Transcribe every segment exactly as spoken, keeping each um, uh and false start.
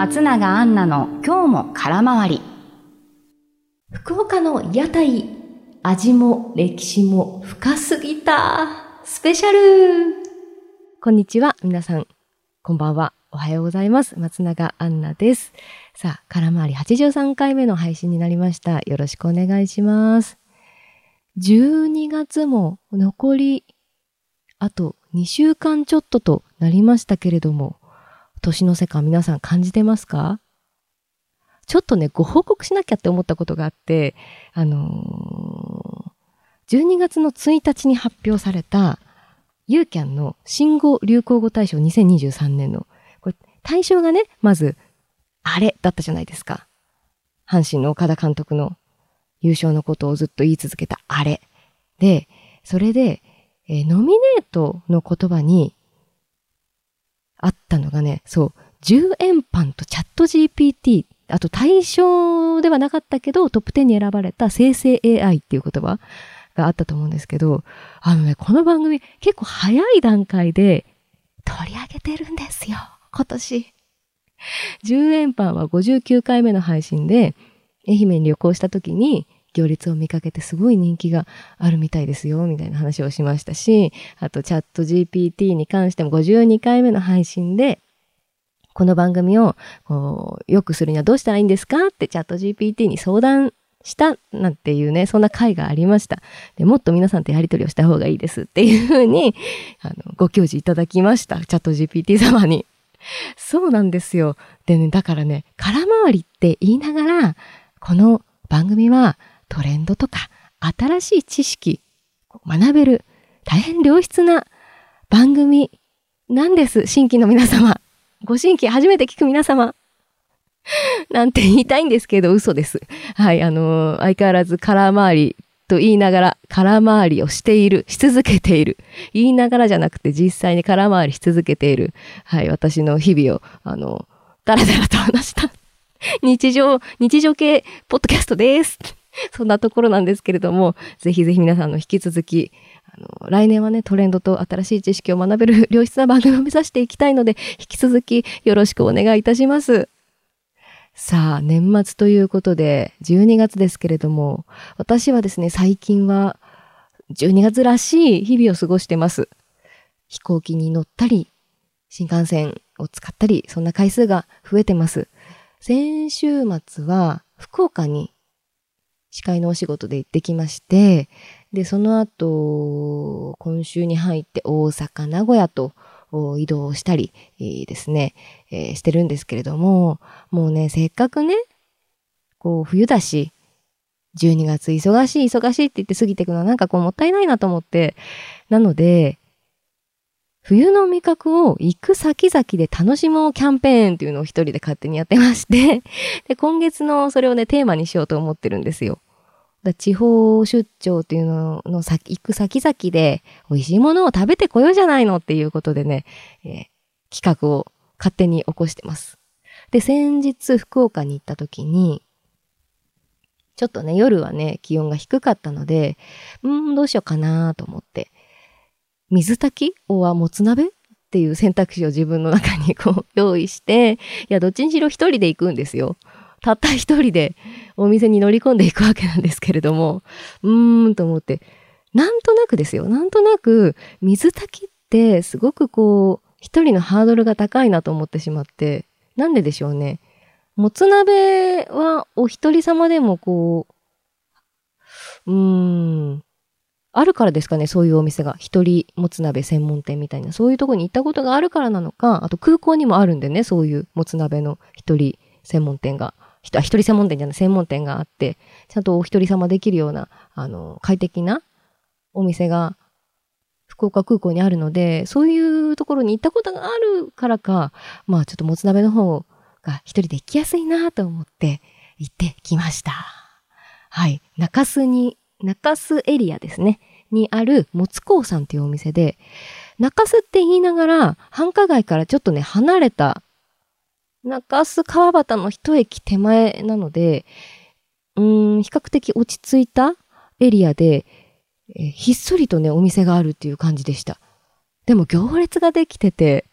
松永杏奈の今日も空回り。 福岡の屋台、味も歴史も深すぎたスペシャル。こんにちは、皆さんこんばんは、おはようございます。松永杏奈です。さあ、空回りはちじゅうさんかいめの配信になりました。よろしくお願いします。じゅうにがつも残りあとにしゅうかんちょっととなりましたけれども、年の瀬感皆さん感じてますか？ちょっとね、ご報告しなきゃって思ったことがあって、あのー、じゅうにがつのついたちに発表されたユーキャンの新語・流行語大賞にせんにじゅうさんねんの、これ対象がね、まずあれだったじゃないですか。阪神の岡田監督の優勝のことをずっと言い続けたあれで、それで、えー、ノミネートの言葉にあったのがね、そう、じゅうえんパンとチャット ジーピーティー、あと対象ではなかったけどトップじゅうに選ばれた生成 エーアイ っていう言葉があったと思うんですけど、あのね、この番組結構早い段階で取り上げてるんですよ、今年。じゅうえんパンはごじゅうきゅうかいめの配信で愛媛に旅行した時に行列を見かけてすごい人気があるみたいですよみたいな話をしましたし、あとチャット ジーピーティー に関してもごじゅうにかいめの配信でこの番組をこう良くするにはどうしたらいいんですかってチャット ジーピーティー に相談したなんていうね、そんな回がありました。で、もっと皆さんとやり取りをした方がいいですっていうふうにあのご教示いただきました、チャット ジーピーティー 様に。そうなんですよ。でね、だからね、空回りって言いながらこの番組はトレンドとか新しい知識を学べる大変良質な番組なんです。新規の皆様、ご新規初めて聞く皆様なんて言いたいんですけど嘘です。はい、あのー、相変わらず空回りと言いながら空回りをしている、し続けている、言いながらじゃなくて実際に空回りし続けている、はい、私の日々をあのだらだらと話した日常日常系ポッドキャストです。そんなところなんですけれども、ぜひぜひ皆さんの引き続きあの来年はね、トレンドと新しい知識を学べる良質な番組を目指していきたいので、引き続きよろしくお願いいたします。さあ、年末ということでじゅうにがつですけれども、私はですね、最近はじゅうにがつらしい日々を過ごしてます。飛行機に乗ったり新幹線を使ったり、そんな回数が増えてます。先週末は福岡に司会のお仕事で行ってきまして、で、その後、今週に入って大阪、名古屋と移動したり、えー、ですね、えー、してるんですけれども、もうね、せっかくね、こう、冬だし、じゅうにがつ忙しい忙しいって言って過ぎていくのはなんかこうもったいないなと思って、なので、冬の味覚を行く先々で楽しもうキャンペーンっていうのを一人で勝手にやってましてで、今月のそれをねテーマにしようと思ってるんですよ。だ地方出張っていうのの先行く先々で美味しいものを食べてこようじゃないのっていうことでね、えー、企画を勝手に起こしてます。で、先日福岡に行った時にちょっとね夜はね気温が低かったので、うーんどうしようかなと思って水炊きはもつ鍋っていう選択肢を自分の中にこう用意して、いやどっちにしろ一人で行くんですよ。たった一人でお店に乗り込んでいくわけなんですけれども、うーんと思って、なんとなくですよ、なんとなく水炊きってすごくこう一人のハードルが高いなと思ってしまって、なんででしょうね。もつ鍋はお一人様でもこううーんあるからですかね、そういうお店が。一人もつ鍋専門店みたいな、そういうところに行ったことがあるからなのか、あと空港にもあるんでね、そういうもつ鍋の一人専門店が、一人専門店じゃない、専門店があって、ちゃんとお一人様できるような、あの、快適なお店が福岡空港にあるので、そういうところに行ったことがあるからか、まあちょっともつ鍋の方が一人で行きやすいなと思って行ってきました。はい。中洲に、中洲エリアですね。にあるもつこうさんっていうお店で、中洲って言いながら繁華街からちょっとね離れた中洲川端の一駅手前なので、うーん比較的落ち着いたエリアで、えー、ひっそりとねお店があるっていう感じでした。でも行列ができてて、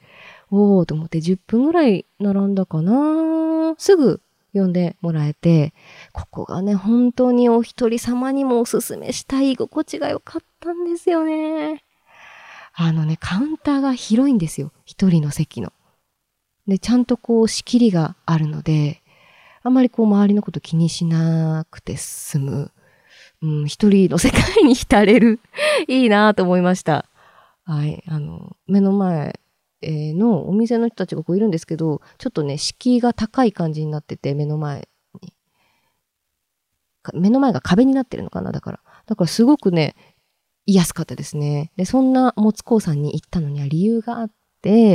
おーと思ってじゅっぷんぐらい並んだかな。すぐ呼んでもらえて、ここがね、本当にお一人様にもおすすめしたい居心地が良かったんですよね。あのね、カウンターが広いんですよ。一人の席の。で、ちゃんとこう仕切りがあるので、あんまりこう周りのこと気にしなくて済む。うん、一人の世界に浸れる。いいなと思いました。はい。あの、目の前のお店の人たちがこういるんですけど、ちょっとね、敷居が高い感じになってて、目の前に。目の前が壁になってるのかな、だから。だからすごくね、居やすかったですね。で、そんなもつこうさんに行ったのには理由があって、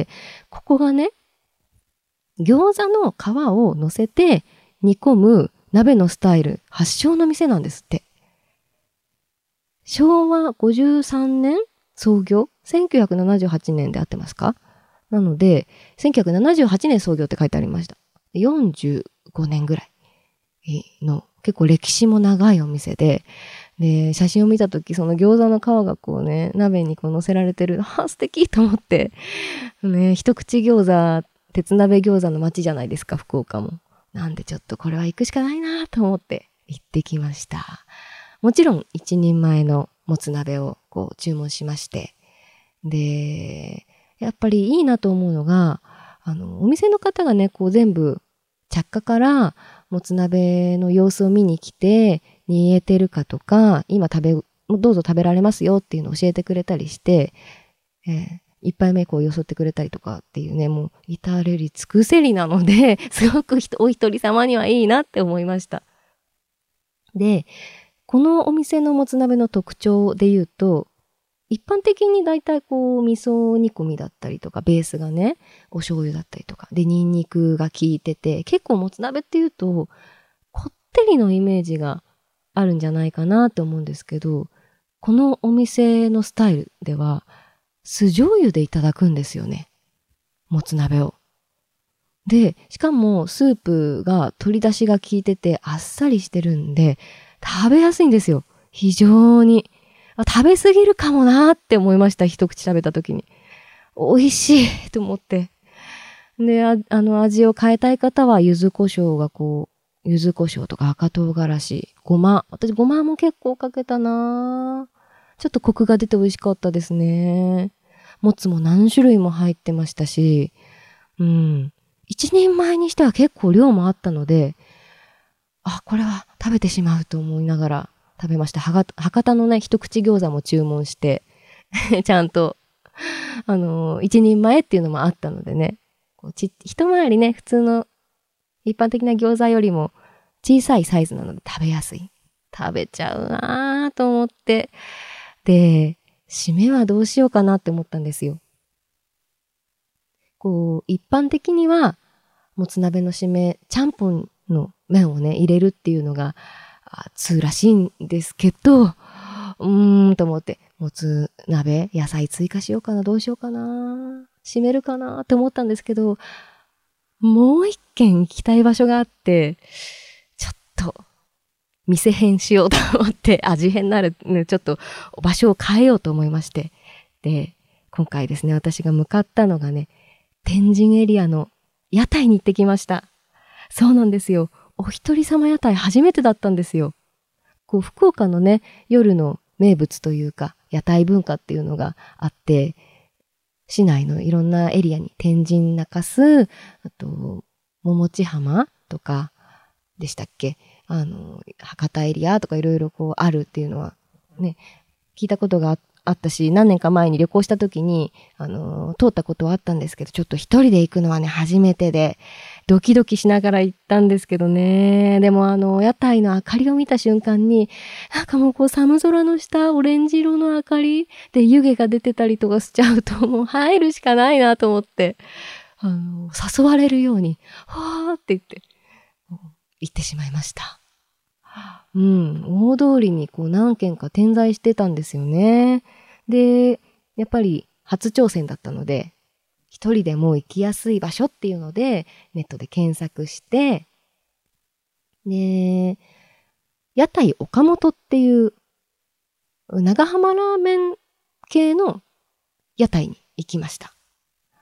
ここがね、餃子の皮を乗せて煮込む鍋のスタイル発祥の店なんですって。しょうわごじゅうさんねん創業 ?せんきゅうひゃくななじゅうはちねんで合ってますか？なので、せんきゅうひゃくななじゅうはちねん創業って書いてありました。よんじゅうごねんぐらいの結構歴史も長いお店で、で、写真を見たとき、その餃子の皮がこうね、鍋にこう乗せられてる、あ、素敵と思って、ね、一口餃子、鉄鍋餃子の街じゃないですか、福岡も。なんでちょっとこれは行くしかないなと思って行ってきました。もちろん一人前のもつ鍋をこう注文しまして、で、やっぱりいいなと思うのが、あの、お店の方がね、こう全部着火からもつ鍋の様子を見に来て、煮えてるかとか、今食べ、どうぞ食べられますよっていうのを教えてくれたりして、えー、一杯目こうよそってくれたりとかっていうね、もう至れり尽くせりなので、すごくお一人様にはいいなって思いました。で、このお店のもつ鍋の特徴で言うと、一般的にだいたいこう味噌煮込みだったりとか、ベースがね、お醤油だったりとか、で、ニンニクが効いてて、結構もつ鍋っていうと、こってりのイメージがあるんじゃないかなと思うんですけど、このお店のスタイルでは、酢醤油でいただくんですよね。もつ鍋を。で、しかもスープが取り出しが効いててあっさりしてるんで、食べやすいんですよ。非常に。あ、食べ過ぎるかもなーって思いました。一口食べた時に。美味しいと思って。で、あ、あの味を変えたい方は柚子胡椒がこう、柚子胡椒とか赤唐辛子、ごま。私ごまも結構かけたなー。ちょっとコクが出て美味しかったですね。もつも何種類も入ってましたし、うん。一人前にしては結構量もあったので、あ、これは食べてしまうと思いながら食べました。はが博多のね、一口餃子も注文して、ちゃんと、あのー、一人前っていうのもあったのでね、こうち一回りね、普通の一般的な餃子よりも小さいサイズなので食べやすい。食べちゃうなぁと思って。で、締めはどうしようかなって思ったんですよ。こう、一般的には、もつ鍋の締め、ちゃんぽんの麺をね、入れるっていうのが、通らしいんですけど、うーんと思って、もつ鍋、野菜追加しようかな、どうしようかな、締めるかなって思ったんですけど、もう一軒行きたい場所があって、ちょっと、店変しようと思って、味変になる、ね、ちょっと場所を変えようと思いまして。で、今回ですね、私が向かったのがね、天神エリアの屋台に行ってきました。そうなんですよ。お一人様屋台初めてだったんですよ。こう、福岡のね、夜の名物というか、屋台文化っていうのがあって、市内のいろんなエリアに天神中洲、あと、桃地浜とかでしたっけ、あの、博多エリアとかいろいろこうあるっていうのはね、聞いたことがあって、あったし、何年か前に旅行した時に、あのー、通ったことはあったんですけど、ちょっと一人で行くのはね、初めてで、ドキドキしながら行ったんですけどね。でもあの、屋台の明かりを見た瞬間に、なんかもうこう寒空の下、オレンジ色の明かりで湯気が出てたりとかしちゃうと、もう入るしかないなと思って、あのー、誘われるように、はーって言って、行ってしまいました。うん、大通りにこう何軒か点在してたんですよね。で、やっぱり初挑戦だったので、一人でも行きやすい場所っていうので、ネットで検索して、で、屋台岡本っていう、長浜ラーメン系の屋台に行きました。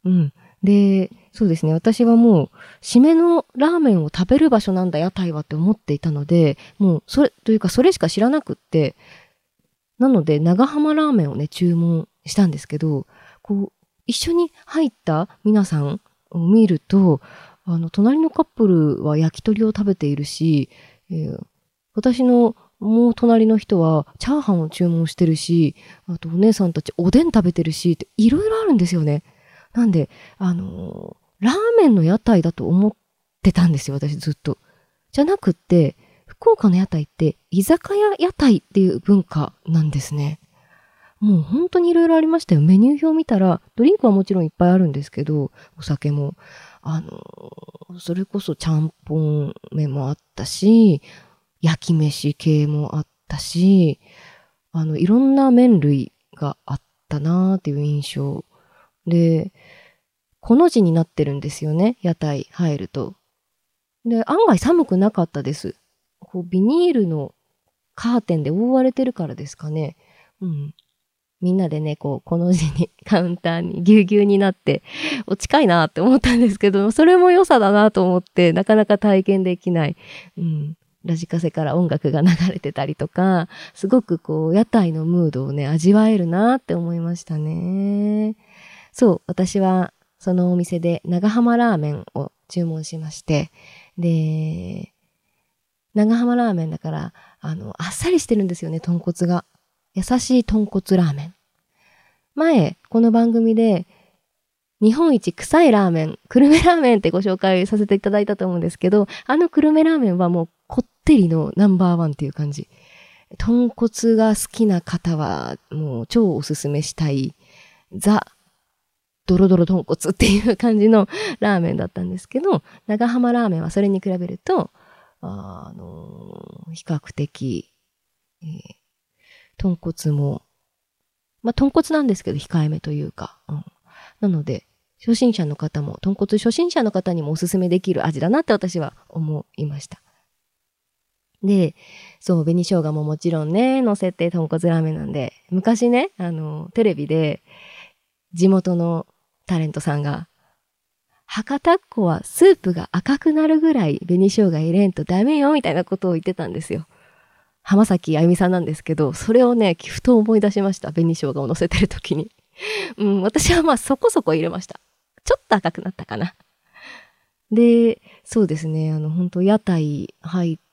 うん。で、そうですね。私はもう、締めのラーメンを食べる場所なんだ、屋台はって思っていたので、もう、それ、というか、それしか知らなくって、なので、長浜ラーメンをね、注文したんですけど、こう、一緒に入った皆さんを見ると、あの、隣のカップルは焼き鳥を食べているし、えー私のもう隣の人はチャーハンを注文してるし、あとお姉さんたちおでん食べてるし、っていろいろあるんですよね。なんで、あのーラーメンの屋台だと思ってたんですよ、私ずっと。じゃなくって、福岡の屋台って居酒屋屋台っていう文化なんですね。もう本当にいろいろありましたよ。メニュー表見たら、ドリンクはもちろんいっぱいあるんですけど、お酒も。あのーそれこそちゃんぽん麺もあったし、焼き飯系もあったし、あの、いろんな麺類があったなーっていう印象。で、この字になってるんですよね、屋台入ると。で、案外寒くなかったです。こう、ビニールのカーテンで覆われてるからですかね。うん。みんなでね、こう、この字に、カウンターにぎゅうぎゅうになって、お近いなって思ったんですけど、それも良さだなと思って、なかなか体験できない。うん。ラジカセから音楽が流れてたりとか、すごくこう、屋台のムードをね、味わえるなって思いましたね。そう、私は、そのお店で長浜ラーメンを注文しまして、で、長浜ラーメンだから、あの、あっさりしてるんですよね、豚骨が。優しい豚骨ラーメン。前、この番組で、日本一臭いラーメン、久留米ラーメンってご紹介させていただいたと思うんですけど、あの久留米ラーメンはもうこってりのナンバーワンっていう感じ。豚骨が好きな方は、もう超おすすめしたい、ザ、ドロドロ豚骨っていう感じのラーメンだったんですけど、長浜ラーメンはそれに比べると、あの、比較的、えー豚骨も、まあ、豚骨なんですけど控えめというか、うん、なので、初心者の方も、豚骨初心者の方にもおすすめできる味だなって私は思いました。で、そう、紅生姜ももちろんね、乗せて豚骨ラーメンなんで、昔ね、あの、テレビで、地元のタレントさんが、博多っ子はスープが赤くなるぐらい紅生姜入れんとダメよ、みたいなことを言ってたんですよ。浜崎あゆみさんなんですけど、それをね、ふと思い出しました。紅生姜を乗せてる時に。うん、私はまあそこそこ入れました。ちょっと赤くなったかな。で、そうですね、あの、本当屋台入って、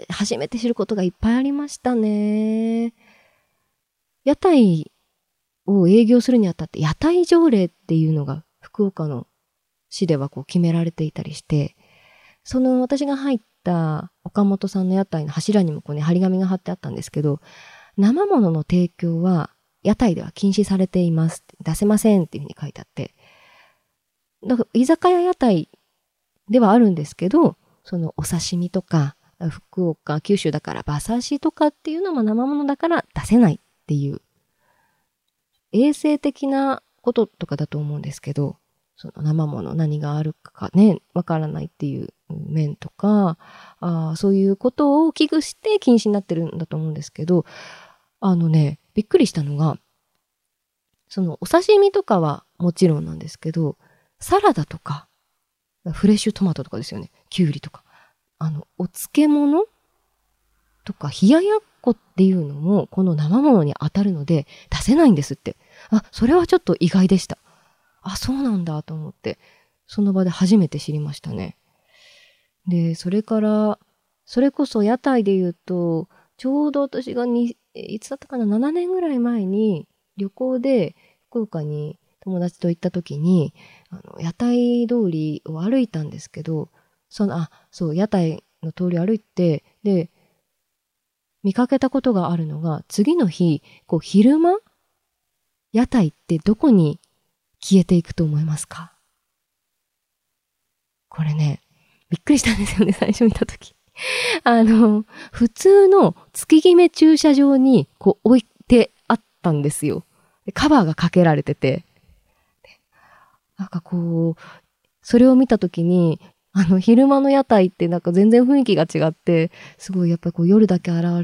初めて知ることがいっぱいありましたね。屋台を営業するにあたって、屋台条例っていうのが福岡の市ではこう決められていたりして、その私が入った岡本さんの屋台の柱にもこうね、張り紙が貼ってあったんですけど、生物の提供は屋台では禁止されています。出せませんっていうふうに書いてあって。だから居酒屋屋台ではあるんですけど、そのお刺身とか、福岡、九州だから馬刺しとかっていうのも生物だから出せないっていう、衛生的なこととかだと思うんですけど、その生もの何があるかね、わからないっていう面とか、あそういうことを危惧して禁止になってるんだと思うんですけど、あのね、びっくりしたのが、そのお刺身とかはもちろんなんですけど、サラダとか、フレッシュトマトとかですよね、きゅうりとか、あの、お漬物とか冷ややっこっていうのもこの生ものに当たるので出せないんですって。あ、それはちょっと意外でした。あ、そうなんだと思って、その場で初めて知りましたね。で、それから、それこそ屋台で言うと、ちょうど私がに、いつだったかな、ななねんぐらい前に旅行で福岡に友達と行った時に、あの屋台通りを歩いたんですけど、その、あ、そう、屋台の通り歩いて、で、見かけたことがあるのが、次の日、こう、昼間、屋台ってどこに消えていくと思いますか？これね、びっくりしたんですよね、最初見たとき。あの、普通の月決め駐車場にこう置いてあったんですよ。カバーがかけられてて。なんかこう、それを見たときに、あの、昼間の屋台ってなんか全然雰囲気が違って、すごいやっぱりこう夜だけ現れる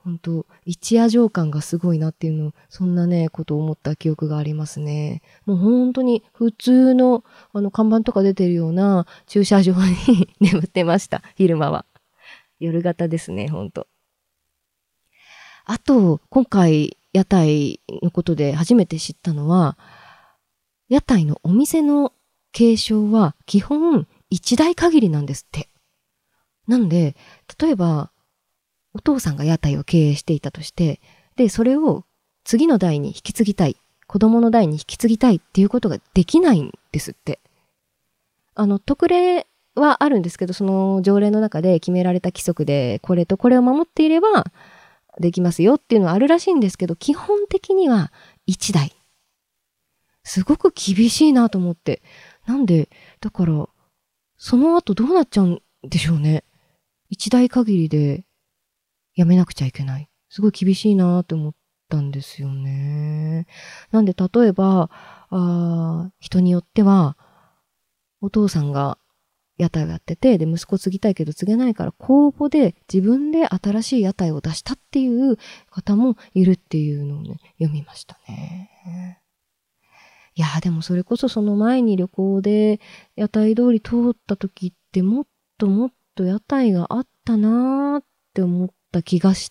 本当一夜城感がすごいなっていうの、そんなね、ことを思った記憶がありますね。もう本当に普通の、あの、看板とか出てるような駐車場に眠ってました、昼間は。夜型ですね、本当。あと、今回、屋台のことで初めて知ったのは、屋台のお店の継承は基本一代限りなんですって。なんで、例えば、お父さんが屋台を経営していたとして、で、それを次の代に引き継ぎたい、子供の代に引き継ぎたいっていうことができないんですって。あの、特例はあるんですけど、その条例の中で決められた規則で、これとこれを守っていればできますよっていうのはあるらしいんですけど、基本的には一代。すごく厳しいなと思って。なんで、だから、その後どうなっちゃうんでしょうね。一代限りで、やめなくちゃいけない。すごい厳しいなって思ったんですよね。なんで例えば、あ人によっては、お父さんが屋台をやってて、で、息子継ぎたいけど継げないから公募で自分で新しい屋台を出したっていう方もいるっていうのをね、読みましたね。いや、でもそれこそその前に旅行で屋台通り通った時ってもっともっと屋台があったなーって思った気がして、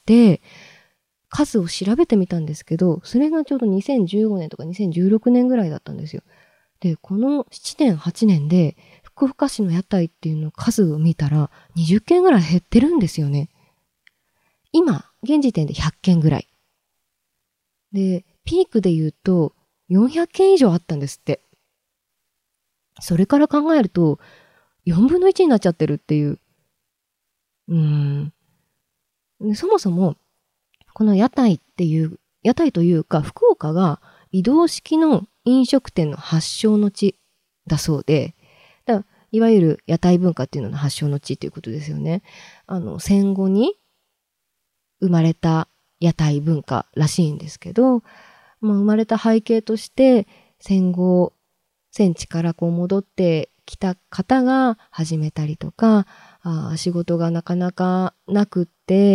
数を調べてみたんですけど、それがちょうどにせんじゅうごねんとかにせんじゅうろくねんぐらいだったんですよ。で、このななねんはちねんで福岡市の屋台っていうの数を見たらにじゅっけんぐらい減ってるんですよね。今、現時点でひゃっけんぐらい。で、ピークで言うとよんひゃっけん以上あったんですって。それから考えるとよんぶんのいちになっちゃってるっていう。うーん。そもそも、この屋台っていう、屋台というか、福岡が移動式の飲食店の発祥の地だそうで、だからいわゆる屋台文化っていうのの発祥の地ということですよね。あの、戦後に生まれた屋台文化らしいんですけど、まあ、生まれた背景として、戦後、戦地からこう戻ってきた方が始めたりとか、あ仕事がなかなかなくって、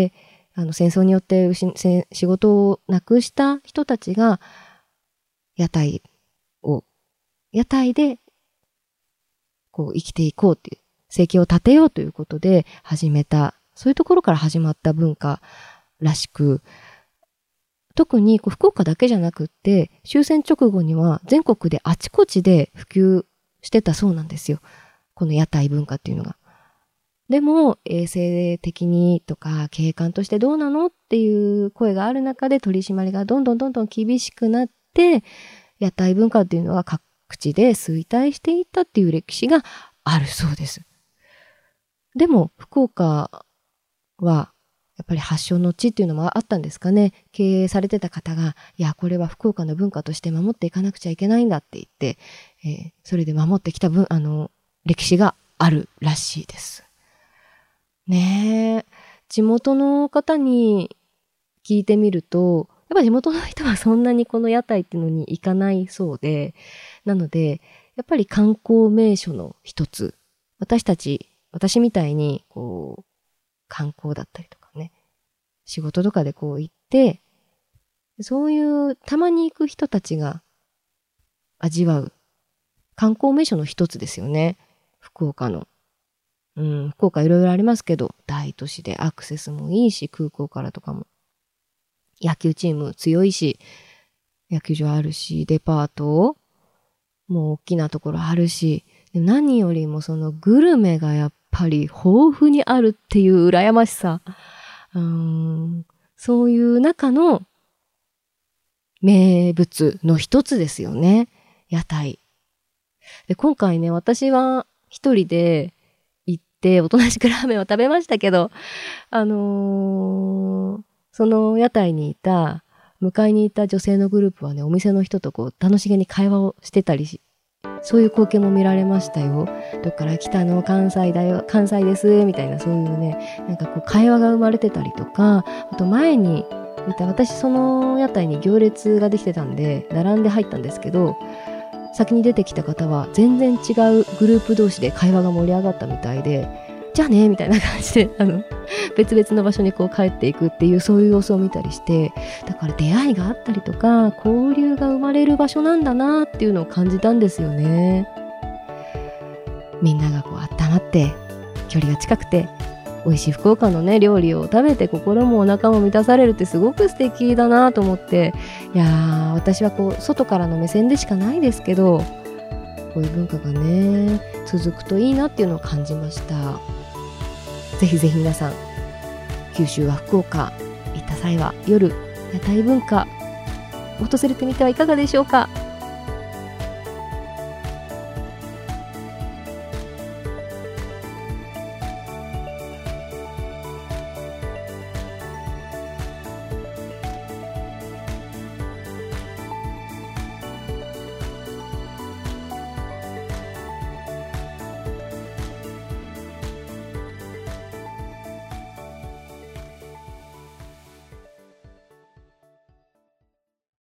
あの戦争によって仕事をなくした人たちが屋台を、屋台でこう生きていこうっていう、生計を立てようということで始めた、そういうところから始まった文化らしく、特にこう福岡だけじゃなくって、終戦直後には全国であちこちで普及してたそうなんですよ。この屋台文化っていうのが。でも、衛生的にとか、景観としてどうなのっていう声がある中で取り締まりがどんどんどんどん厳しくなって、屋台文化っていうのは各地で衰退していったっていう歴史があるそうです。でも、福岡は、やっぱり発祥の地っていうのもあったんですかね。経営されてた方が、いや、これは福岡の文化として守っていかなくちゃいけないんだって言って、えー、それで守ってきた分、あの、歴史があるらしいです。ねえ、地元の方に聞いてみると、やっぱ地元の人はそんなにこの屋台っていうのに行かないそうで、なので、やっぱり観光名所の一つ、私たち、私みたいに、こう、観光だったりとかね、仕事とかでこう行って、そういうたまに行く人たちが味わう観光名所の一つですよね、福岡の。うん、福岡いろいろありますけど、大都市でアクセスもいいし、空港からとかも。野球チーム強いし、野球場あるし、デパートもう大きなところあるし、で何よりもそのグルメがやっぱり豊富にあるっていう羨ましさ。うーん、そういう中の名物の一つですよね、屋台。で、今回ね、私は一人で、で、おとなしくラーメンを食べましたけど、あのー、その屋台にいた、迎えにいた女性のグループはね、お店の人とこう、楽しげに会話をしてたりし、そういう光景も見られましたよ。どっから来たの？関西だよ、関西です、みたいな、そういうね、なんかこう、会話が生まれてたりとか、あと前に見た、私その屋台に行列ができてたんで、並んで入ったんですけど、先に出てきた方は全然違うグループ同士で会話が盛り上がったみたいで、 じゃあねみたいな感じであの別々の場所にこう帰っていくっていうそういう様子を見たりして、だから出会いがあったりとか交流が生まれる場所なんだなっていうのを感じたんですよね。みんながこう温まって距離が近くて美味しい福岡のね料理を食べて心もお腹も満たされるってすごく素敵だなと思って、いやー私はこう外からの目線でしかないですけど、こういう文化がね続くといいなっていうのを感じました。ぜひぜひ皆さん九州は福岡行った際は夜屋台文化訪れてみてはいかがでしょうか。